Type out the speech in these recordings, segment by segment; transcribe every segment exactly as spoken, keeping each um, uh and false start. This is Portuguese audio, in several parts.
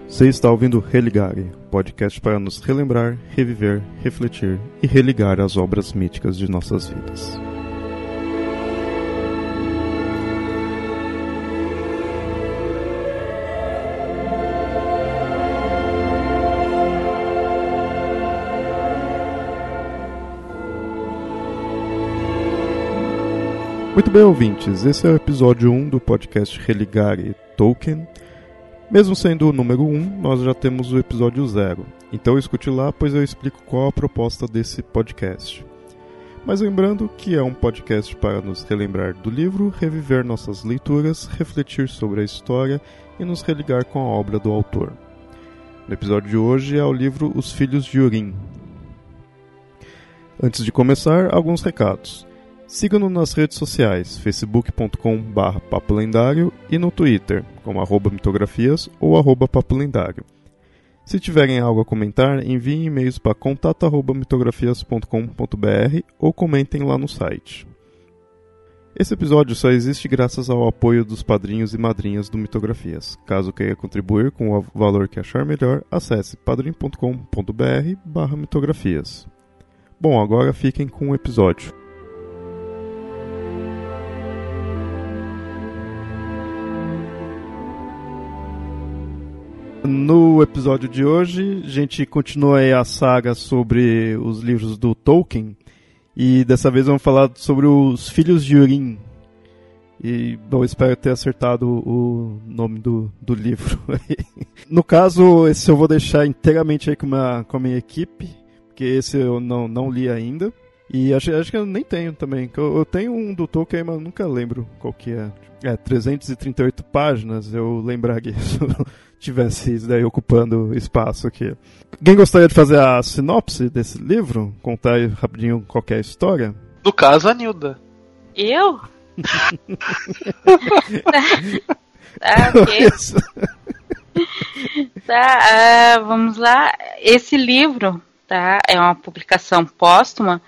Você está ouvindo Religare, podcast para nos relembrar, reviver, refletir e religar as obras míticas de nossas vidas. Muito bem, ouvintes, esse é o episódio um do podcast Religare Tolkien. Mesmo sendo o número um, nós já temos o episódio zero. Então escute lá, pois eu explico qual a proposta desse podcast. Mas lembrando que é um podcast para nos relembrar do livro, reviver nossas leituras, refletir sobre a história e nos religar com a obra do autor. No episódio de hoje é o livro Os Filhos de Húrin. Antes de começar, alguns recados. Siga-nos nas redes sociais, facebook ponto com barra papo lendário e no Twitter, como arroba mitografias ou arroba papo lendário. Se tiverem algo a comentar, enviem e-mails para contato arroba mitografias ponto com ponto br ou comentem lá no site. Esse episódio só existe graças ao apoio dos padrinhos e madrinhas do Mitografias. Caso queira contribuir com o valor que achar melhor, acesse padrim ponto com ponto br barra mitografias. Bom, agora fiquem com o episódio. No episódio de hoje, a gente continua aí a saga sobre os livros do Tolkien e dessa vez vamos falar sobre os Filhos de Húrin. E, bom, espero ter acertado o nome do, do livro. No caso, esse eu vou deixar inteiramente aí com a, com a minha equipe, porque esse eu não, não li ainda. E acho, acho que eu nem tenho também. Eu, eu tenho um do Tolkien, mas nunca lembro qual que é. É, trezentas e trinta e oito páginas, eu lembraria se tivesse isso daí ocupando espaço aqui. Quem gostaria de fazer a sinopse desse livro? Contar aí rapidinho qual que é a história? No caso, a Nilda. Eu? Tá, ok. Tá, uh, vamos lá. Esse livro, tá, é uma publicação póstuma.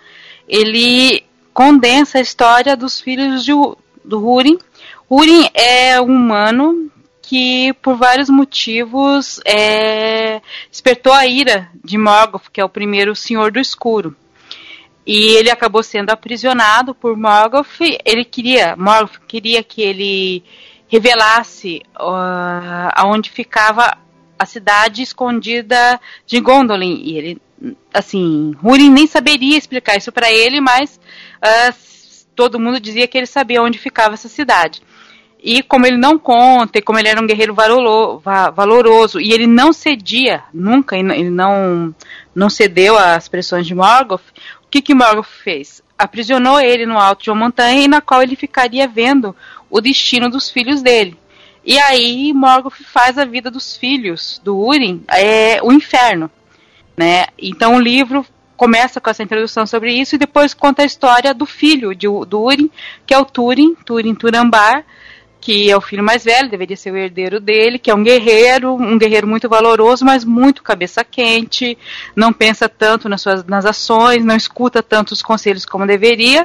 Ele condensa a história dos filhos de, do Húrin. Húrin é um humano que, por vários motivos, é, despertou a ira de Morgoth, que é o primeiro Senhor do Escuro. E ele acabou sendo aprisionado por Morgoth. Ele queria, Morgoth queria que ele revelasse uh, aonde ficava a cidade escondida de Gondolin. E ele, assim, Húrin nem saberia explicar isso para ele, mas uh, todo mundo dizia que ele sabia onde ficava essa cidade. E como ele não conta, e como ele era um guerreiro valoro, valoroso, e ele não cedia, nunca, ele não, não cedeu às pressões de Morgoth, o que que Morgoth fez? Aprisionou ele no alto de uma montanha, na qual ele ficaria vendo o destino dos filhos dele. E aí Morgoth faz a vida dos filhos do Húrin é, o inferno, né? Então o livro começa com essa introdução sobre isso, e depois conta a história do filho de, do Húrin, que é o Túrin, Túrin Turambar, que é o filho mais velho, deveria ser o herdeiro dele, que é um guerreiro, um guerreiro muito valoroso, mas muito cabeça quente, não pensa tanto nas suas nas ações, não escuta tanto os conselhos como deveria,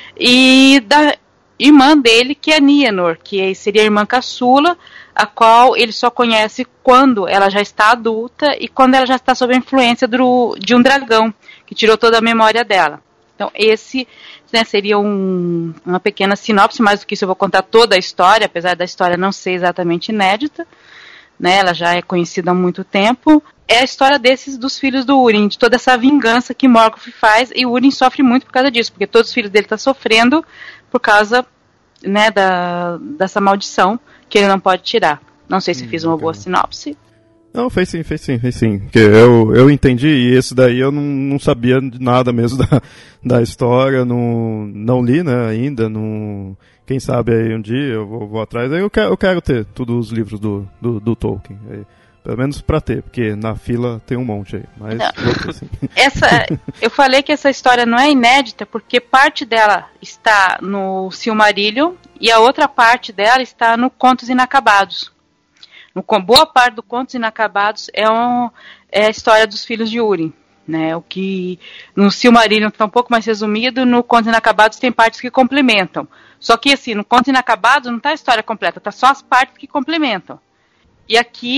e da irmã dele, que é Nienor, que seria a irmã caçula, a qual ele só conhece quando ela já está adulta e quando ela já está sob a influência do, de um dragão, que tirou toda a memória dela. Então esse, né, seria um, uma pequena sinopse. Mais do que isso eu vou contar toda a história, apesar da história não ser exatamente inédita, né, ela já é conhecida há muito tempo. É a história desses, dos filhos do Húrin, de toda essa vingança que Morgoth faz, e o Húrin sofre muito por causa disso, porque todos os filhos dele estão sofrendo por causa, né, da, dessa maldição que ele não pode tirar. Não sei se hum, fiz uma boa sinopse. Não, fez sim, fez sim, fez sim. Porque eu, eu entendi, e esse daí eu não, não sabia de nada mesmo da, da história, não, não li, né, ainda, não, quem sabe aí um dia eu vou, vou atrás. Aí eu quero, eu quero ter todos os livros do, do, do Tolkien, aí, pelo menos pra ter, porque na fila tem um monte aí, mas vou ter, sim. Essa, eu falei que essa história não é inédita, porque parte dela está no Silmarillion, e a outra parte dela está no Contos Inacabados. No, boa parte do Contos Inacabados é, um, é a história dos filhos de Húrin, né? O que no Silmarillion está um pouco mais resumido, no Contos Inacabados tem partes que complementam. Só que assim, no Contos Inacabados não está a história completa, está só as partes que complementam. E aqui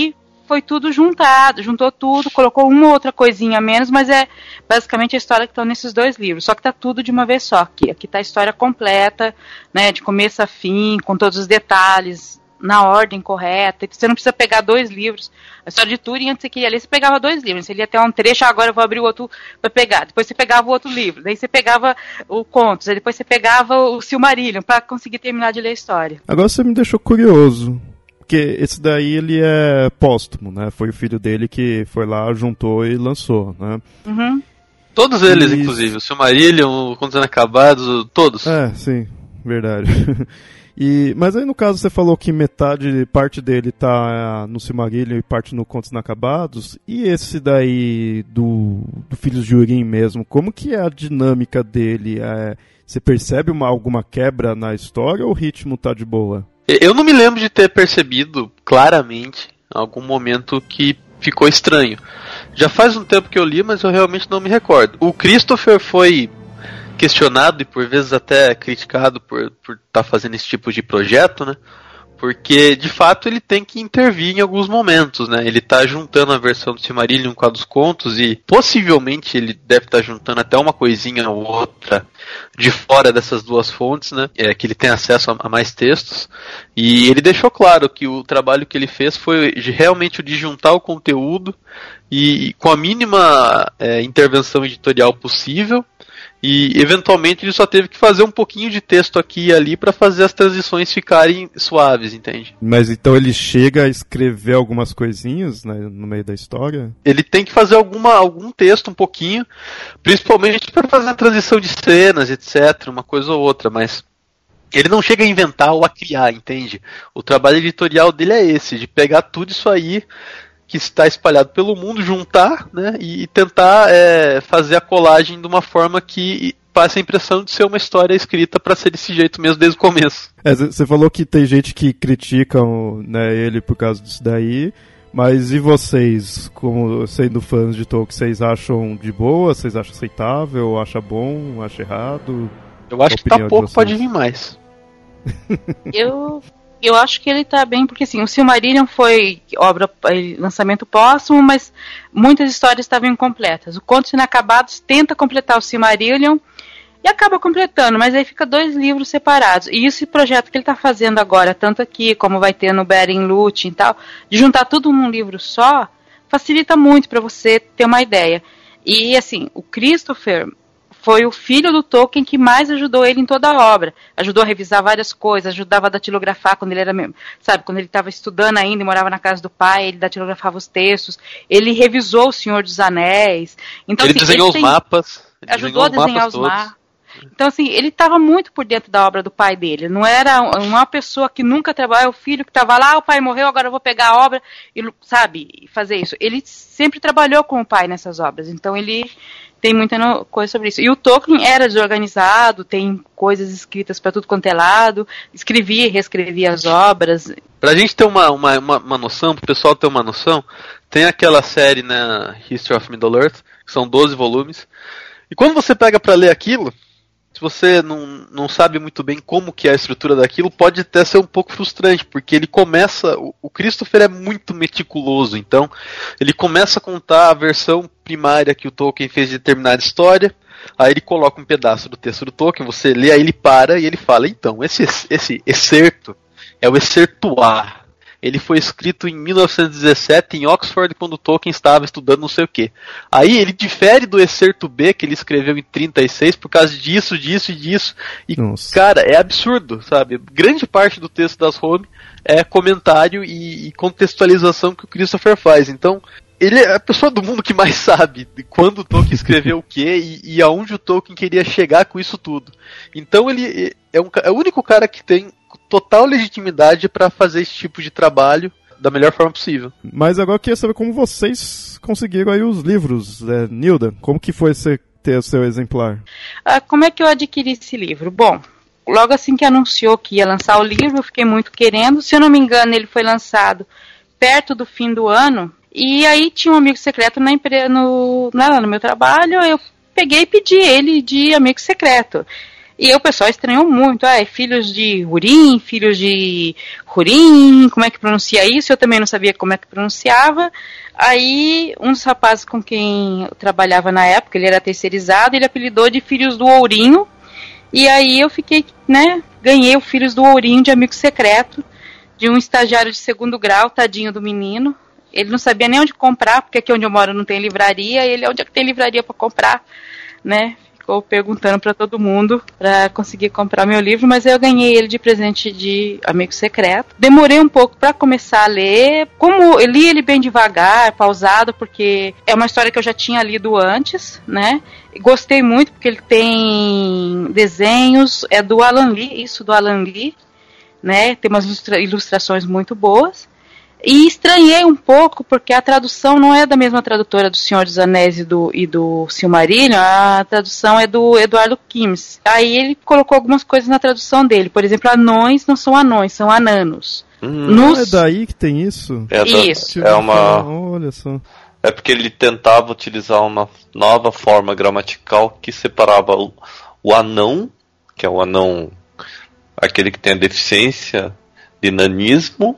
foi tudo juntado, juntou tudo, colocou uma ou outra coisinha a menos, mas é basicamente a história que está nesses dois livros, só que está tudo de uma vez só aqui. Aqui está a história completa, né, de começo a fim, com todos os detalhes, na ordem correta. Você não precisa pegar dois livros. A história de Túrin, antes você queria ler, você pegava dois livros. Você lia até um trecho, agora eu vou abrir o outro para pegar. Depois você pegava o outro livro. Daí você pegava o Contos. Aí depois você pegava o Silmarillion para conseguir terminar de ler a história. Agora você me deixou curioso. Porque esse daí ele é póstumo, né? Foi o filho dele que foi lá, juntou e lançou, né? Uhum. Todos eles, e... inclusive. O Silmarillion, o Contos Inacabados, todos. É, sim. Verdade. E, mas aí no caso você falou que metade, parte dele tá no Silmarillion e parte no Contos Inacabados. E esse daí do, do Filhos de Húrin mesmo, como que é a dinâmica dele? É, você percebe uma, alguma quebra na história ou o ritmo tá de boa? Eu não me lembro de ter percebido claramente em algum momento que ficou estranho. Já faz um tempo que eu li, mas eu realmente não me recordo. O Christopher foi questionado e por vezes até criticado por por estar tá fazendo esse tipo de projeto, né? Porque de fato ele tem que intervir em alguns momentos, né? Ele está juntando a versão do Silmarillion com a dos contos e possivelmente ele deve estar tá juntando até uma coisinha ou outra de fora dessas duas fontes, né? É, que ele tem acesso a, a mais textos. E ele deixou claro que o trabalho que ele fez foi de, realmente o de juntar o conteúdo e, e com a mínima é, intervenção editorial possível. E, eventualmente, ele só teve que fazer um pouquinho de texto aqui e ali para fazer as transições ficarem suaves, entende? Mas então ele chega a escrever algumas coisinhas, né, no meio da história? Ele tem que fazer alguma, algum texto um pouquinho, principalmente para fazer a transição de cenas, etcétera, uma coisa ou outra, mas ele não chega a inventar ou a criar, entende? O trabalho editorial dele é esse, de pegar tudo isso aí que está espalhado pelo mundo, juntar, né, e tentar é, fazer a colagem de uma forma que passe a impressão de ser uma história escrita para ser desse jeito mesmo desde o começo. Você é, falou que tem gente que critica, né, ele por causa disso daí, mas e vocês, como sendo fãs de Tolkien, vocês acham de boa? Vocês acham aceitável? Acham bom? Acham errado? Eu acho que tá pouco, pode vir mais. Eu... Eu acho que ele tá bem, porque assim, o Silmarillion foi obra, lançamento póstumo, mas muitas histórias estavam incompletas. O Contos Inacabados tenta completar o Silmarillion e acaba completando, mas aí fica dois livros separados. E esse projeto que ele tá fazendo agora, tanto aqui como vai ter no Beren Lúthien e tal, de juntar tudo num livro só, facilita muito para você ter uma ideia. E assim, o Christopher foi o filho do Tolkien que mais ajudou ele em toda a obra. Ajudou a revisar várias coisas, ajudava a datilografar quando ele era, sabe, quando ele estava estudando ainda e morava na casa do pai, ele datilografava os textos. Ele revisou O Senhor dos Anéis. Então, ele assim, desenhou ele os tem, mapas. Ajudou a desenhar os mapas. Então, assim, ele estava muito por dentro da obra do pai dele. Não era uma pessoa que nunca trabalhou, é o filho que estava lá, ah, o pai morreu, agora eu vou pegar a obra e, sabe, fazer isso. Ele sempre trabalhou com o pai nessas obras. Então, ele tem muita no, coisa sobre isso. E o Tolkien era desorganizado, tem coisas escritas para tudo quanto é lado, escrevia e reescrevia as obras. Pra gente ter uma, uma, uma, uma noção, pro pessoal ter uma noção, tem aquela série, né, History of Middle-earth, que são doze volumes, e quando você pega para ler aquilo, se você não, não sabe muito bem como que é a estrutura daquilo, pode até ser um pouco frustrante, porque ele começa, o, o Christopher é muito meticuloso, então ele começa a contar a versão primária que o Tolkien fez de determinada história, aí ele coloca um pedaço do texto do Tolkien, você lê, aí ele para e ele fala, então, esse, esse excerto é o excerto A. Ele foi escrito em mil novecentos e dezessete em Oxford, quando Tolkien estava estudando não sei o que. Aí ele difere do excerto B, que ele escreveu em trinta e seis, por causa disso, disso e disso. E, Nossa. Cara, é absurdo, sabe? Grande parte do texto das Home é comentário e, e contextualização que o Christopher faz. Então, ele é a pessoa do mundo que mais sabe de quando o Tolkien escreveu o quê e, e aonde o Tolkien queria chegar com isso tudo. Então, ele é, um, é o único cara que tem total legitimidade para fazer esse tipo de trabalho da melhor forma possível. Mas agora eu queria saber como vocês conseguiram aí os livros, é, Nilda, como que foi você ter o seu exemplar? Ah, como é que eu adquiri esse livro? Bom, logo assim que anunciou que ia lançar o livro, eu fiquei muito querendo, se eu não me engano ele foi lançado perto do fim do ano, e aí tinha um amigo secreto na empresa, no, no meu trabalho, eu peguei e pedi ele de amigo secreto. E aí o pessoal estranhou muito, ah, é filhos de Húrin, filhos de Húrin, como é que pronuncia isso? Eu também não sabia como é que pronunciava. Aí um dos rapazes com quem eu trabalhava na época, ele era terceirizado, ele apelidou de Filhos do Ourinho. E aí eu fiquei, né, ganhei o Filhos do Ourinho de amigo secreto, de um estagiário de segundo grau, tadinho do menino. Ele não sabia nem onde comprar, porque aqui onde eu moro não tem livraria, e ele, onde é que tem livraria para comprar, né? Ficou perguntando para todo mundo para conseguir comprar meu livro, mas eu ganhei ele de presente de amigo secreto. Demorei um pouco para começar a ler, como eu li ele bem devagar, pausado, porque é uma história que eu já tinha lido antes, né? Gostei muito porque ele tem desenhos, é do Alan Lee, isso do Alan Lee, né? Tem umas ilustra- ilustrações muito boas. E estranhei um pouco, porque a tradução não é da mesma tradutora do Senhor dos Anéis e do, e do Silmarillion, a tradução é do Eduardo Kimes. Aí ele colocou algumas coisas na tradução dele, por exemplo, anões não são anões, são ananos. Hum, Nos... É daí que tem isso? É, da, isso. É uma... Olha só. É porque ele tentava utilizar uma nova forma gramatical que separava o, o anão, que é o anão, aquele que tem a deficiência de nanismo,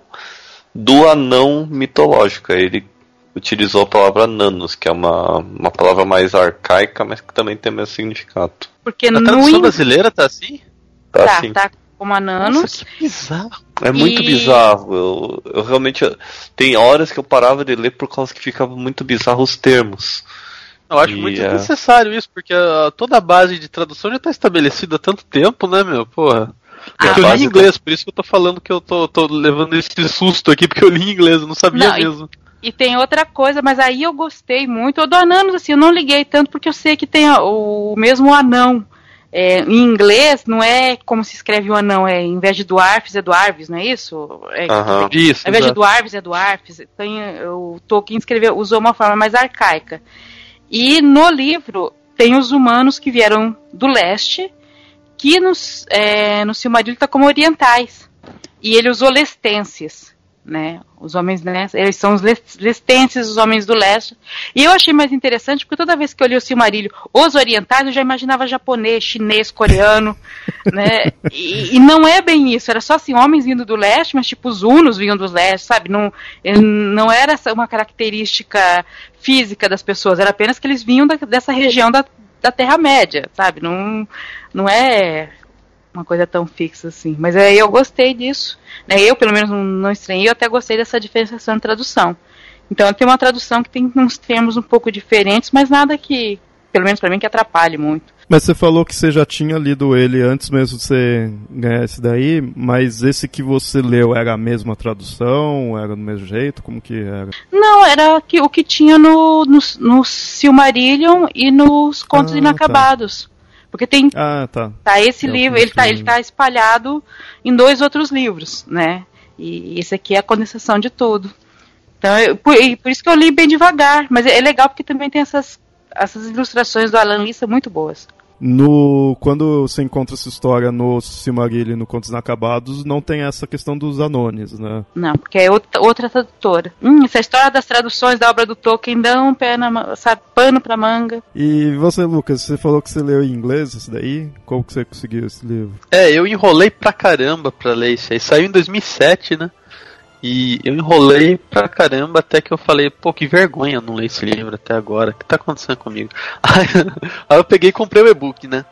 do anão mitológico. Ele utilizou a palavra nanos, que é uma, uma palavra mais arcaica, mas que também tem o mesmo significado. Porque na no tradução in... brasileira tá assim? Tá, tá assim. Tá como ananos. Nossa, que bizarro. É muito e... bizarro. Eu, eu realmente... Tem horas que eu parava de ler por causa que ficava muito bizarro os termos. Eu acho e, muito é... necessário isso, porque uh, toda a base de tradução já tá estabelecida há tanto tempo, né, meu? Porra. Ah, eu li em inglês, por isso que eu tô falando que eu tô, tô levando esse susto aqui, porque eu li em inglês, eu não sabia não, mesmo. E, e tem outra coisa, mas aí eu gostei muito. O do Ananos, assim, eu não liguei tanto porque eu sei que tem o, o mesmo anão. É, em inglês, não é como se escreve o anão, é em vez de Dwarfs, é Dwarves, não é isso? É, uh-huh. Isso. Ao invés de Dwarves, é Dwarfs. Tem, o Tolkien escreveu, usou uma forma mais arcaica. E no livro tem os humanos que vieram do leste, que nos, é, no Silmarillion está como orientais. E ele usou lestenses, né? Os homens, né? Eles são os lestenses, os homens do leste. E eu achei mais interessante, porque toda vez que eu li o Silmarillion, os orientais, eu já imaginava japonês, chinês, coreano, né? E, e não é bem isso, era só assim, homens vindo do leste, mas tipo os hunos vinham do leste, sabe? Não, não era uma característica física das pessoas, era apenas que eles vinham da, dessa região da da Terra-média, sabe? Não, não é uma coisa tão fixa assim. Mas aí eu gostei disso. Né? Eu, pelo menos, não, não estranhei, eu até gostei dessa diferenciação de tradução. Então, tem uma tradução que tem uns termos um pouco diferentes, mas nada que, pelo menos pra mim, que atrapalhe muito. Mas você falou que você já tinha lido ele antes mesmo de você ganhar esse daí, mas esse que você leu era a mesma tradução? Era do mesmo jeito? Como que era? Não, era que, o que tinha no, no, no Silmarillion e nos Contos ah, Inacabados. Tá. Porque tem... Ah, tá. Tá esse é livro, ele tá, ele tá espalhado em dois outros livros, né? E esse aqui é a condensação de tudo. Então, eu, por, por isso que eu li bem devagar. Mas é legal porque também tem essas... Essas ilustrações do Alan Lee são muito boas. No, quando você encontra essa história no Silmarillion e no Contos Inacabados, não tem essa questão dos anones, né? Não, porque é outra, outra tradutora. Hum, essa história das traduções da obra do Tolkien dá um pé na, sabe, pano pra manga. E você, Lucas, você falou que você leu em inglês isso daí? Como que você conseguiu esse livro? É, eu enrolei pra caramba pra ler isso aí. Saiu em dois mil e sete, né? E eu enrolei pra caramba até que eu falei, pô, que vergonha não ler esse livro até agora. O que tá acontecendo comigo? Aí, aí eu peguei e comprei o e-book, né?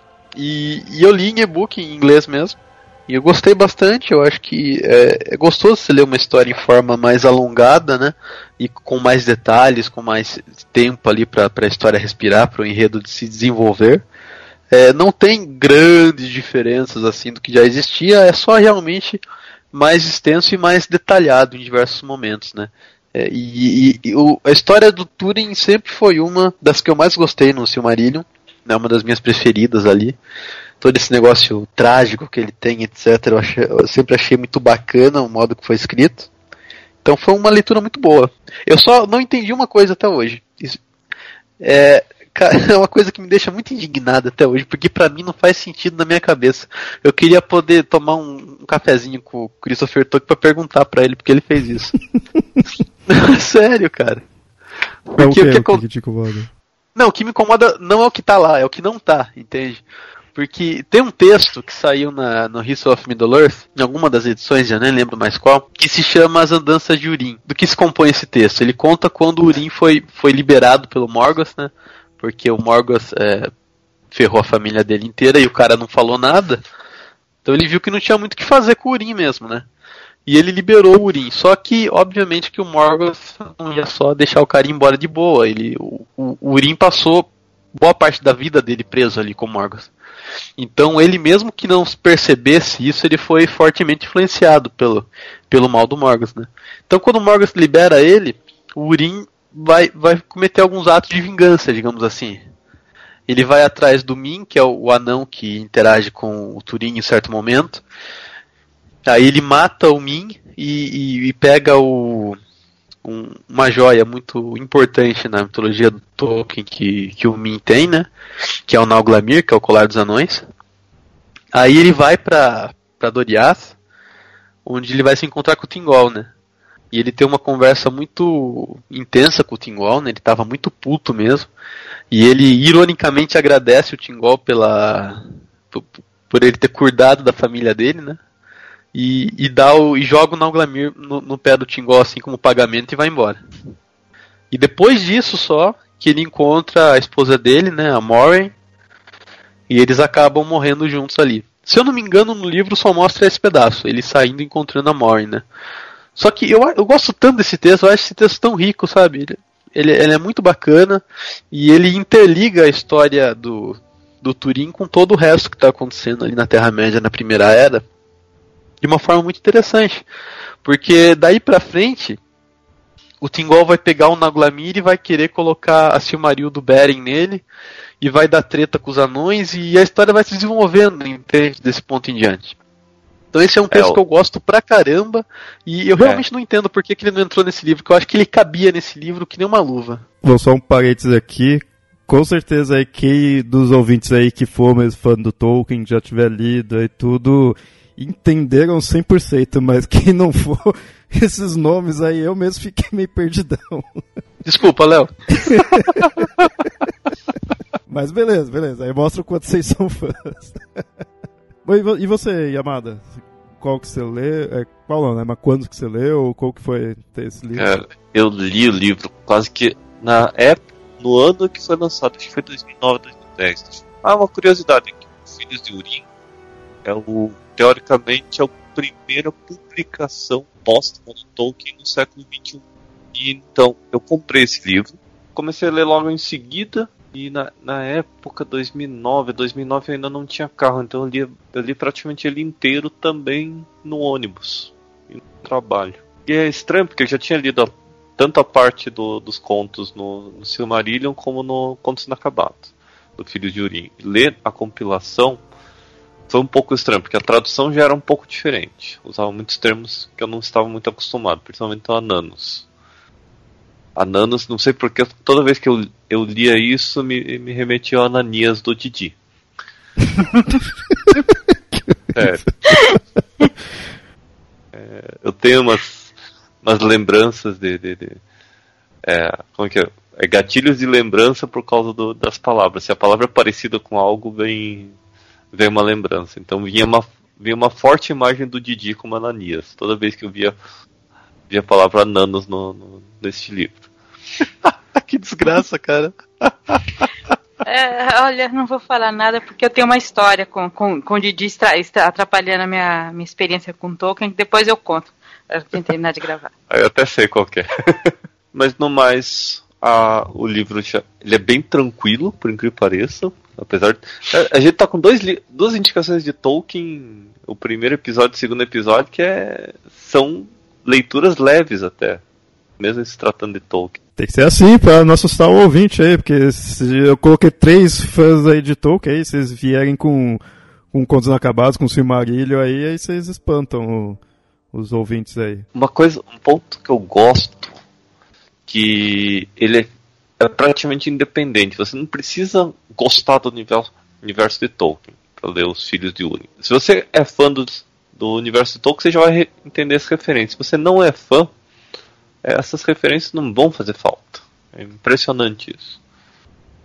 E, e eu li em e-book em inglês mesmo. E eu gostei bastante. Eu acho que é, é gostoso você ler uma história em forma mais alongada, né? E com mais detalhes, com mais tempo ali pra, pra história respirar, pro enredo de se desenvolver. É, não tem grandes diferenças assim do que já existia. É só realmente... mais extenso e mais detalhado em diversos momentos, né? É, e e, e o, a história do Túrin sempre foi uma das que eu mais gostei no Silmarillion, né? Uma das minhas preferidas ali. Todo esse negócio trágico que ele tem, etcétera. Eu, achei, eu sempre achei muito bacana o modo que foi escrito. Então foi uma leitura muito boa. Eu só não entendi uma coisa até hoje. Isso, é... é uma coisa que me deixa muito indignado até hoje, porque pra mim não faz sentido na minha cabeça. Eu queria poder tomar um, um cafezinho com o Christopher Tolkien pra perguntar pra ele porque ele fez isso. Sério, cara. Porque, é o que, o que, o que te incomoda? Não, o que me incomoda não é o que tá lá, é o que não tá, entende? Porque tem um texto que saiu na, no History of Middle-earth, em alguma das edições, já nem lembro mais qual, que se chama As Andanças de Húrin. Do que se compõe esse texto? Ele conta quando o Húrin foi, foi liberado pelo Morgoth, né? Porque o Morgoth é, ferrou a família dele inteira e o cara não falou nada. Então ele viu que não tinha muito o que fazer com o Húrin mesmo, né? E ele liberou o Húrin. Só que, obviamente, que o Morgoth não ia só deixar o cara ir embora de boa. Ele, o, o, o Húrin passou boa parte da vida dele preso ali com o Morgoth. Então ele, mesmo que não percebesse isso, ele foi fortemente influenciado pelo, pelo mal do Morgoth, né? Então quando o Morgoth libera ele, o Húrin vai, vai cometer alguns atos de vingança, digamos assim. Ele vai atrás do Min, que é o, o anão que interage com o Turin em certo momento. Aí ele mata o Min e, e, e pega o, um, uma joia muito importante na mitologia do Tolkien que, que o Min tem, né? Que é o Nauglamir, que é o colar dos anões. Aí ele vai pra, pra Doriath, onde ele vai se encontrar com o Thingol, né? E ele tem uma conversa muito intensa com o Thingol, né? Ele tava muito puto mesmo. E ele ironicamente agradece o Thingol pela, por, por ele ter cuidado da família dele, né? E, e, dá o, e joga o Nauglamir no, no pé do Thingol assim como pagamento e vai embora. E depois disso só que ele encontra a esposa dele, né, a Moiraine, e eles acabam morrendo juntos ali. Se eu não me engano, no livro só mostra esse pedaço, ele saindo e encontrando a Moiraine, né? Só que eu, eu gosto tanto desse texto, eu acho esse texto tão rico, sabe? Ele, ele, ele é muito bacana e ele interliga a história do, do Turin com todo o resto que está acontecendo ali na Terra-média na Primeira Era, de uma forma muito interessante. Porque daí pra frente, o Thingol vai pegar o Nauglamir e vai querer colocar a Silmaril do Beren nele, e vai dar treta com os anões, e a história vai se desenvolvendo, entende, desse ponto em diante. Então esse é um texto é, que eu gosto pra caramba, e eu realmente é. não entendo por que, que ele não entrou nesse livro, porque eu acho que ele cabia nesse livro que nem uma luva. Vou só um parênteses aqui, com certeza aí quem dos ouvintes aí que for mesmo fã do Tolkien, já tiver lido e tudo, entenderam cem por cento, mas quem não for, esses nomes aí eu mesmo fiquei meio perdidão. Desculpa, Léo. Mas beleza, beleza, aí mostra o quanto vocês são fãs. E você, Yamada? Qual que você lê? É, qual não, né? Mas quando que você leu? Qual que foi ter esse livro? Cara, eu li o livro quase que na época, no ano que foi lançado, acho que foi dois mil e nove, dois mil e dez. Ah, uma curiosidade, que o Filhos de Húrin é o, teoricamente, é a primeira publicação póstuma do Tolkien no século vinte e um. E então, eu comprei esse livro, comecei a ler logo em seguida, e na, na época, dois mil e nove, dois mil e nove eu ainda não tinha carro, então eu li, eu li praticamente ele inteiro também no ônibus, e no trabalho. E é estranho, porque eu já tinha lido a, tanto a parte do, dos contos no, no Silmarillion, como no Contos Inacabados, do Filho de Húrin. Ler a compilação foi um pouco estranho, porque a tradução já era um pouco diferente. Usava muitos termos que eu não estava muito acostumado, principalmente o Ananos. Ananos, não sei porque, toda vez que eu, eu lia isso, me, me remetia ao Ananias do Didi. Sério. É, eu tenho umas, umas lembranças de... de, de é, como que é? É gatilhos de lembrança por causa do, das palavras. Se a palavra é parecida com algo, vem... veio uma lembrança. Então vinha uma, vinha uma forte imagem do Didi como Ananias. Toda vez que eu via, via a palavra Ananos no, no, neste livro. Que desgraça, cara. É, olha, não vou falar nada porque eu tenho uma história com, com, com o Didi extra, extra, atrapalhando a minha, minha experiência com Tolkien, que depois eu conto, para quem terminar de gravar. Eu até sei qual que é. Mas no mais, a, o livro já, ele é bem tranquilo, por incrível que pareça. Apesar de, a, a gente tá com dois, duas indicações de Tolkien, o primeiro episódio e o segundo episódio, que é, são leituras leves até, mesmo se tratando de Tolkien. Tem que ser assim pra não assustar o ouvinte aí, porque se eu coloquei três fãs aí de Tolkien, aí vocês vierem com, com Contos Inacabados, com Silmarillion aí, aí vocês espantam o, os ouvintes aí. Uma coisa, um ponto que eu gosto, que ele é, é praticamente independente, você não precisa gostar do universo, universo de Tolkien pra ler Os Filhos de Húrin. Se você é fã do, do universo de Tolkien, você já vai re- entender as referências. Se você não é fã, essas referências não vão fazer falta. É impressionante isso.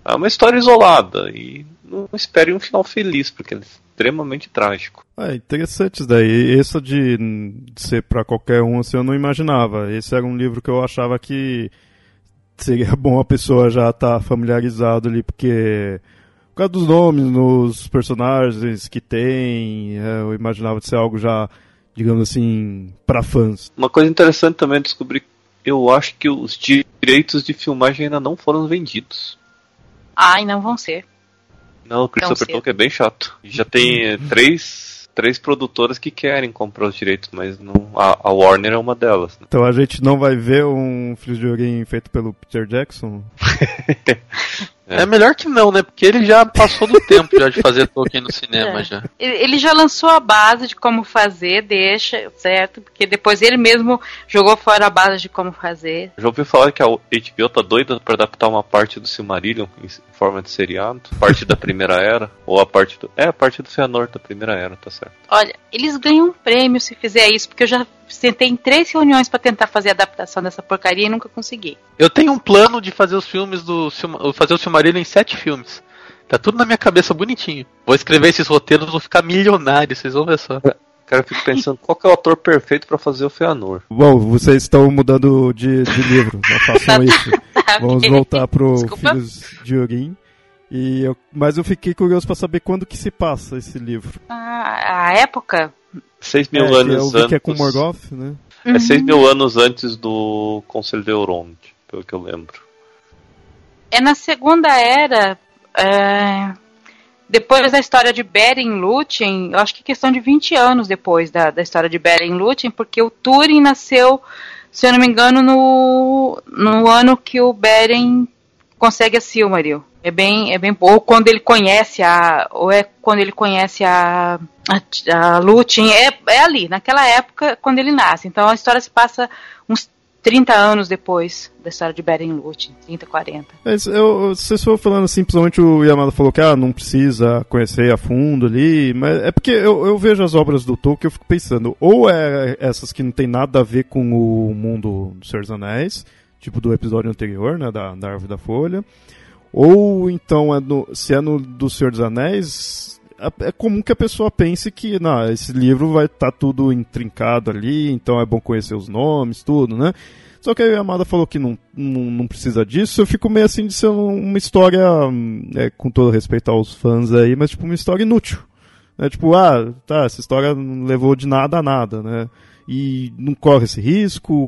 É uma história isolada e não espere um final feliz, porque é extremamente trágico. É interessante isso daí. Esse de, de ser pra qualquer um, assim, eu não imaginava. Esse era um livro que eu achava que seria bom a pessoa já estar tá familiarizado ali, porque por causa dos nomes, nos personagens que tem, é, eu imaginava de ser algo já, digamos assim, pra fãs. Uma coisa interessante também é descobrir, eu acho que os direitos de filmagem ainda não foram vendidos. Ai, não vão ser. Não, o Christopher Tolkien é bem chato. Já tem três, três produtoras que querem comprar os direitos, mas não, a, a Warner é uma delas. Né? Então a gente não vai ver um Filhos de Orin feito pelo Peter Jackson? É. É melhor que não, né? Porque ele já passou do tempo já de fazer Tolkien no cinema. É. já. Ele já lançou a base de como fazer, deixa, certo? Porque depois ele mesmo jogou fora a base de como fazer. Já ouvi falar que a H B O tá doida pra adaptar uma parte do Silmarillion em forma de seriado? Parte da Primeira Era? Ou a parte do... É, a parte do Fëanor da Primeira Era, tá certo. Olha, eles ganham um prêmio se fizer isso, porque eu já sentei em três reuniões pra tentar fazer a adaptação dessa porcaria e nunca consegui. Eu tenho um plano de fazer os filmes do... fazer o Silmarillion em sete filmes. Tá tudo na minha cabeça bonitinho. Vou escrever esses roteiros, vou ficar milionário, vocês vão ver só. Cara, eu fico pensando, qual que é o ator perfeito pra fazer o Fëanor? Bom, vocês estão mudando de, de livro, não façam isso. Vamos voltar pro Desculpa. Filhos de Orin. E eu, mas eu fiquei curioso pra saber quando que se passa esse livro. Ah, a época? Seis mil é, anos eu vi antes. que é com Morgoth, né? É seis mil anos antes do Conselho de Elrond, pelo que eu lembro. É na Segunda Era, é, depois da história de Beren Lúthien, eu acho que é questão de vinte anos depois da, da história de Beren Lúthien, porque o Túrin nasceu, se eu não me engano, no, no ano que o Beren consegue a Silmaril. É bem, é bem, ou quando ele conhece a, ou é quando ele conhece a, a, a Lúthien, é, é ali, naquela época, quando ele nasce. Então a história se passa uns trinta anos depois da história de Beren Lúthien, trinta, quarenta. Mas eu, vocês foram falando assim, principalmente o Yamada falou que ah, não precisa conhecer a fundo ali, mas é porque eu, eu vejo as obras do Tolkien e eu fico pensando, ou é essas que não tem nada a ver com o mundo dos Senhor dos Anéis, tipo do episódio anterior, né, da, da Árvore da Folha, ou então é no, se é no do Senhor dos Anéis, é comum que a pessoa pense que não, esse livro vai estar tá tudo intrincado ali, então é bom conhecer os nomes, tudo, né? Só que a Yamada falou que não, não, não precisa disso, eu fico meio assim de ser uma história, é, com todo respeito aos fãs aí, mas tipo uma história inútil. É tipo, ah, tá, essa história não levou de nada a nada, né? E não corre esse risco.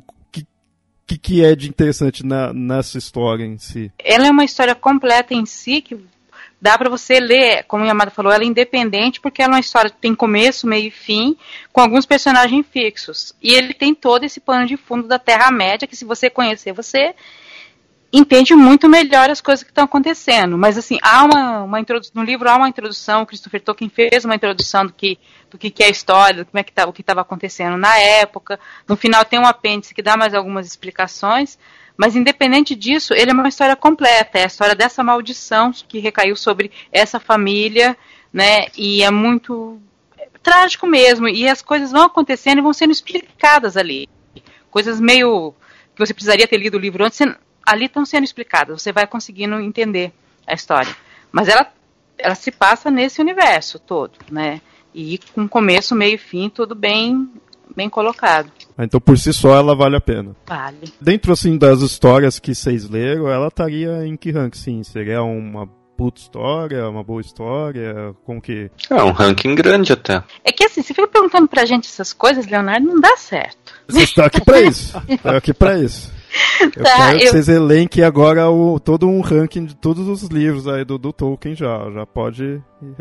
O que, que é de interessante na, nessa história em si? Ela é uma história completa em si, que dá para você ler, como a Yamada falou, ela é independente, porque ela é uma história que tem começo, meio e fim, com alguns personagens fixos. E ele tem todo esse pano de fundo da Terra-média, que se você conhecer, você entende muito melhor as coisas que estão acontecendo. Mas assim, há uma, uma introdução, no livro há uma introdução, o Christopher Tolkien fez uma introdução do que, do que, que é a história, do como é que tá, o que estava acontecendo na época. No final tem um apêndice que dá mais algumas explicações, mas independente disso, ele é uma história completa, é a história dessa maldição que recaiu sobre essa família, né, e é muito é, trágico mesmo, e as coisas vão acontecendo e vão sendo explicadas ali. Coisas meio que você precisaria ter lido o livro antes, você, ali estão sendo explicadas, você vai conseguindo entender a história. Mas ela, ela se passa nesse universo todo, né? E com começo, meio e fim, tudo bem, bem colocado. Ah, então por si só ela vale a pena. Vale. Dentro assim das histórias que vocês leram, ela estaria em que ranking, sim? Seria uma puta história, uma boa história, como que... É um ranking grande até. É que assim, você fica perguntando pra gente essas coisas, Leonardo, não dá certo. Você está aqui pra isso. Está aqui pra isso. Eu tá, quero que eu... vocês elenquem agora o, todo um ranking de todos os livros aí do, do Tolkien já. Já pode...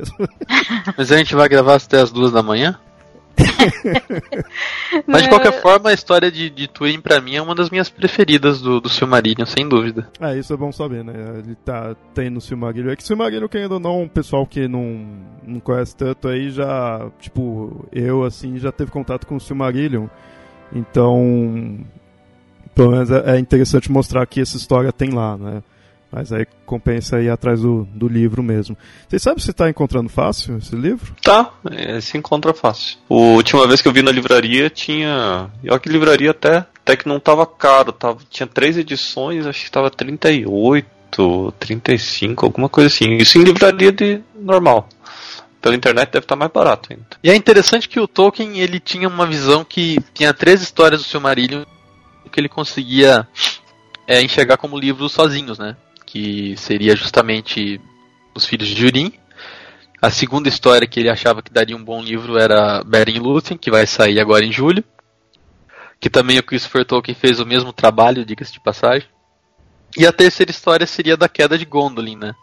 Mas a gente vai gravar até as duas da manhã? Mas de qualquer forma, a história de, de Túrin pra mim é uma das minhas preferidas do, do Silmarillion, sem dúvida. É, isso é bom saber, né? Ele tá, tem no Silmarillion. É que Silmarillion, querendo ou não, o pessoal que não, não conhece tanto aí já, tipo, eu assim, já teve contato com o Silmarillion. Então, pelo menos é interessante mostrar que essa história tem lá, né? Mas aí compensa ir atrás do, do livro mesmo. Vocês sabem se tá encontrando fácil esse livro? Tá, é, se encontra fácil. A última vez que eu vi na livraria tinha... E olha que livraria até, até que não tava caro. Tava, tinha três edições, acho que tava trinta e oito cento e trinta e cinco, alguma coisa assim. Isso em livraria de normal. Pela internet deve estar mais barato ainda. E é interessante que o Tolkien, ele tinha uma visão que tinha três histórias do Silmarillion que ele conseguia é, enxergar como livros sozinhos, né? Que seria justamente Os Filhos de Húrin. A segunda história que ele achava que daria um bom livro era Beren e Lúthien, que vai sair agora em julho. Que também o Christopher Tolkien fez o mesmo trabalho, diga-se de passagem. E a terceira história seria da queda de Gondolin, né?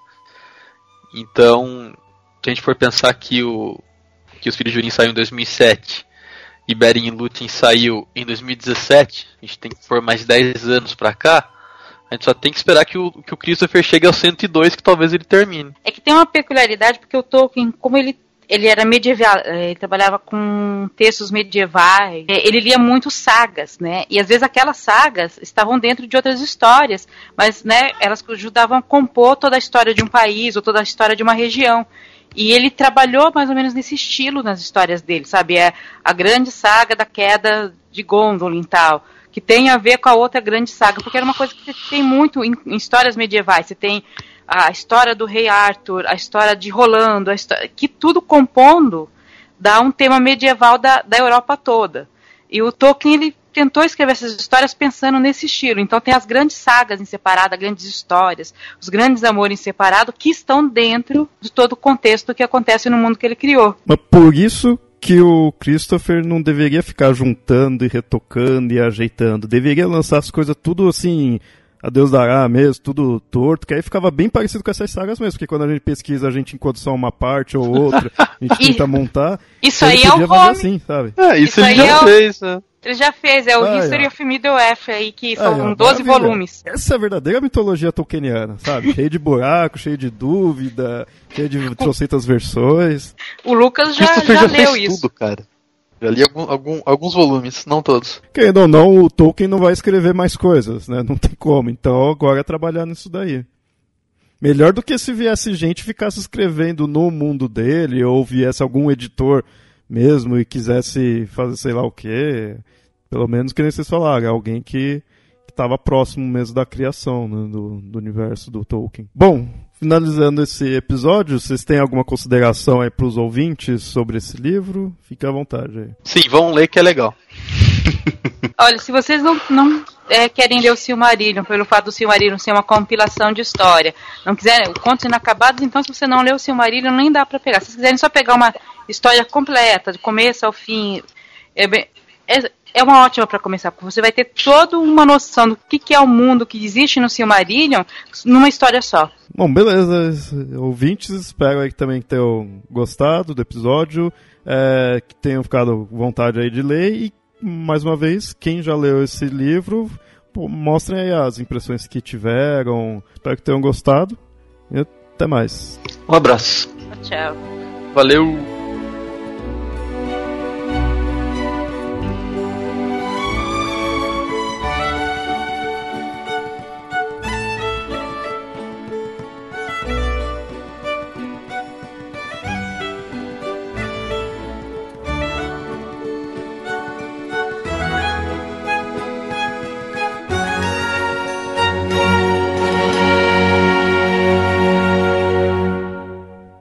Então, se a gente for pensar que, o, que Os Filhos de Húrin saiu em dois mil e sete e Beren e Lúthien saiu em dois mil e dezessete, a gente tem que pôr mais dez anos pra cá, a gente só tem que esperar que o, que o Christopher chegue ao cento e dois, que talvez ele termine. É que tem uma peculiaridade, porque o Tolkien, como ele, ele era medieval, ele trabalhava com textos medievais, ele lia muito sagas, né? E às vezes aquelas sagas estavam dentro de outras histórias, mas, né, elas ajudavam a compor toda a história de um país ou toda a história de uma região. E ele trabalhou mais ou menos nesse estilo nas histórias dele, sabe? É a grande saga da queda de Gondolin e tal, que tem a ver com a outra grande saga, porque era uma coisa que tem muito em, em histórias medievais. Você tem a história do rei Arthur, a história de Rolando, a história, que tudo compondo dá um tema medieval da, da Europa toda. E o Tolkien, ele tentou escrever essas histórias pensando nesse estilo. Então tem as grandes sagas em separado, as grandes histórias, os grandes amores em separado, que estão dentro de todo o contexto que acontece no mundo que ele criou. Mas por isso que o Christopher não deveria ficar juntando e retocando e ajeitando. Deveria lançar as coisas tudo assim, a Deus dará mesmo, tudo torto, que aí ficava bem parecido com essas sagas mesmo, porque quando a gente pesquisa, a gente encontra só uma parte ou outra, a gente tenta montar. Isso aí é o fazer assim, sabe? É, isso, isso ele já é o... fez, né? Ele já fez, é o ah, History é. of Middle-earth aí, que são ah, é, doze maravilha. volumes. Essa é a verdadeira mitologia tolkieniana, sabe? Cheio de buraco, cheio de dúvida, cheio de trocentas versões. O Lucas já, Christopher já, já leu fez isso. tudo, cara. Já li algum, algum, alguns volumes, não todos. Querendo ou não, o Tolkien não vai escrever mais coisas, né? Não tem como. Então agora é trabalhar nisso daí. Melhor do que se viesse gente e ficasse escrevendo no mundo dele, ou viesse algum editor mesmo e quisesse fazer sei lá o quê. Pelo menos que nem vocês falaram, alguém que estava próximo mesmo da criação, né, do, do universo do Tolkien. Bom, finalizando esse episódio, vocês têm alguma consideração aí para os ouvintes sobre esse livro? Fique à vontade aí. Sim, vão ler que é legal. Olha, se vocês não, não é, querem ler o Silmarillion, pelo fato do Silmarillion ser uma compilação de história, não quiserem contos inacabados, então se você não lê o Silmarillion, nem dá para pegar. Se vocês quiserem só pegar uma história completa, de começo ao fim, é, bem, é, é uma ótima para começar, porque você vai ter toda uma noção do que, que é o mundo que existe no Silmarillion numa história só. Bom, beleza. Ouvintes, espero aí que também tenham gostado do episódio, é, que tenham ficado com vontade aí de ler e, mais uma vez, quem já leu esse livro, pô, mostrem aí as impressões que tiveram. Espero que tenham gostado e até mais. Um abraço. Tchau. Valeu!